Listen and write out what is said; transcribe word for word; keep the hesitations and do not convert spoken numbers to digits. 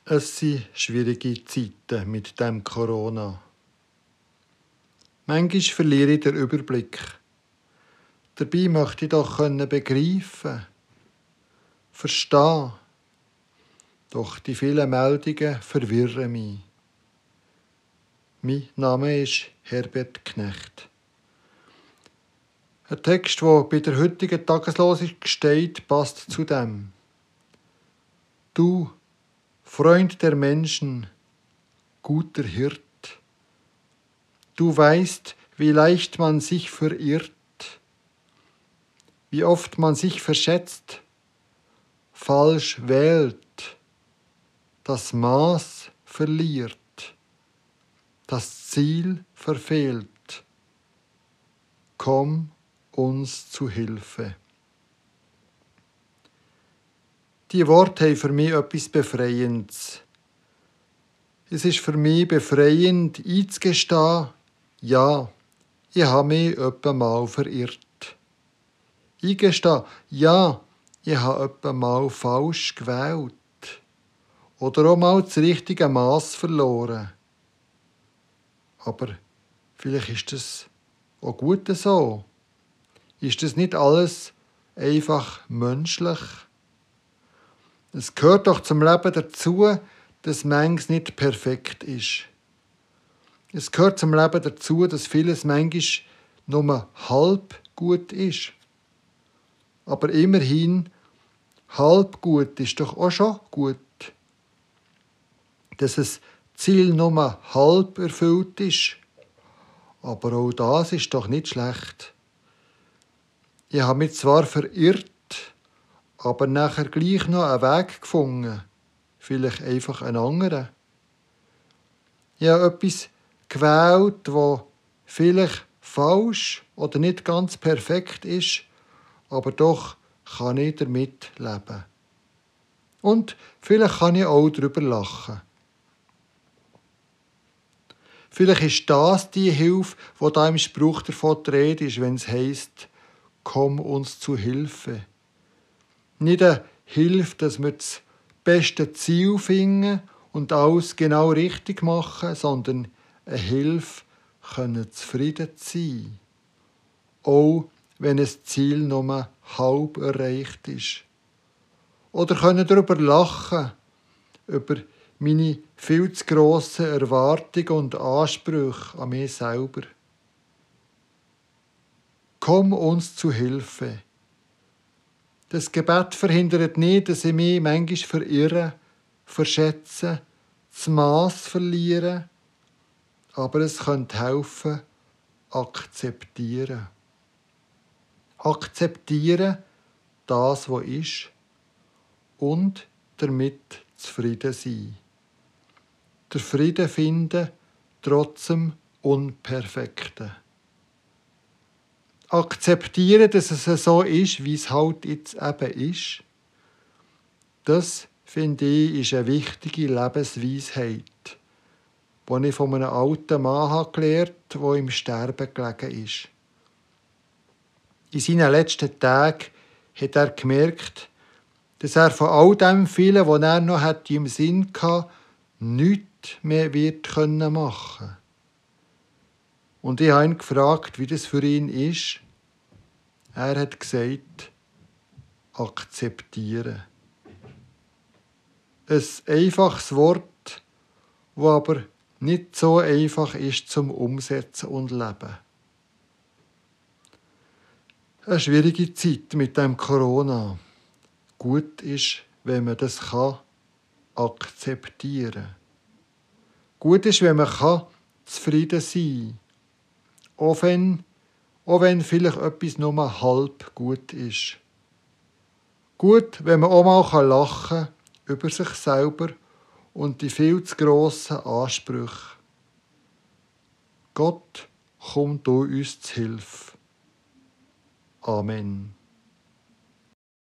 Es sind schwierige Zeiten mit dem Corona. Manchmal verliere ich den Überblick. Dabei möchte ich doch begreifen, verstehen. Doch die vielen Meldungen verwirren mich. Mein Name ist Herbert Knecht. Ein Text, der bei der heutigen Tageslosung steht, passt zu dem. Du, Freund der Menschen, guter Hirt, du weißt, wie leicht man sich verirrt, wie oft man sich verschätzt, falsch wählt, das Maß verliert, das Ziel verfehlt. Komm uns zu Hilfe. Die Worte haben für mich etwas Befreiendes. Es ist für mich befreiend, einzugestehen, ja, ich habe mich etwa mal verirrt. Eingestehen, ja, ich habe etwa mal falsch gewählt. Oder auch mal das richtige Maß verloren. Aber vielleicht ist das auch gut so. Ist das nicht alles einfach menschlich? Es gehört doch zum Leben dazu, dass manches nicht perfekt ist. Es gehört zum Leben dazu, dass vieles manchmal nur halb gut ist. Aber immerhin, halb gut ist doch auch schon gut. Dass das Ziel nur halb erfüllt ist. Aber auch das ist doch nicht schlecht. Ich habe mich zwar verirrt, aber nachher gleich noch einen Weg gefunden. Vielleicht einfach einen anderen. Ich habe etwas gewählt, das vielleicht falsch oder nicht ganz perfekt ist, aber doch kann ich damit leben. Und vielleicht kann ich auch darüber lachen. Vielleicht ist das die Hilfe, die da im Spruch davon die Rede ist, wenn es heisst, komm uns zu Hilfe. Nicht eine Hilfe, dass wir das beste Ziel finden und alles genau richtig machen, sondern eine Hilfe, können zufrieden zu sein. Auch wenn das Ziel nur halb erreicht ist. Oder können darüber lachen, über meine viel zu grossen Erwartungen und Ansprüche an mich selber. Komm uns zu Hilfe. Das Gebet verhindert nicht, dass ich mich manchmal verirre, verschätze, das Maß verliere, aber es könnte helfen, akzeptieren. Akzeptieren, das, was ist, und damit zufrieden sein. Der Frieden finden, trotz dem Unperfekten. Akzeptieren, dass es so ist, wie es halt jetzt eben ist, das, finde ich, ist eine wichtige Lebensweisheit, die ich von einem alten Mann gelernt habe, der im Sterben gelegen ist. In seinen letzten Tagen hat er gemerkt, dass er von all dem vielen, was er noch im Sinn hatte, nichts mehr wird machen können. Und ich habe ihn gefragt, wie das für ihn ist. Er hat gesagt, akzeptieren. Ein einfaches Wort, das aber nicht so einfach ist zum Umsetzen und Leben. Eine schwierige Zeit mit dem Corona. Gut ist, wenn man das kann, akzeptieren. Gut ist, wenn man kann, zufrieden sein kann. Auch wenn, auch wenn vielleicht etwas nur halb gut ist. Gut, wenn man auch mal lachen kann über sich selber und die viel zu grossen Ansprüche. Gott, komm du uns zu Hilfe. Amen.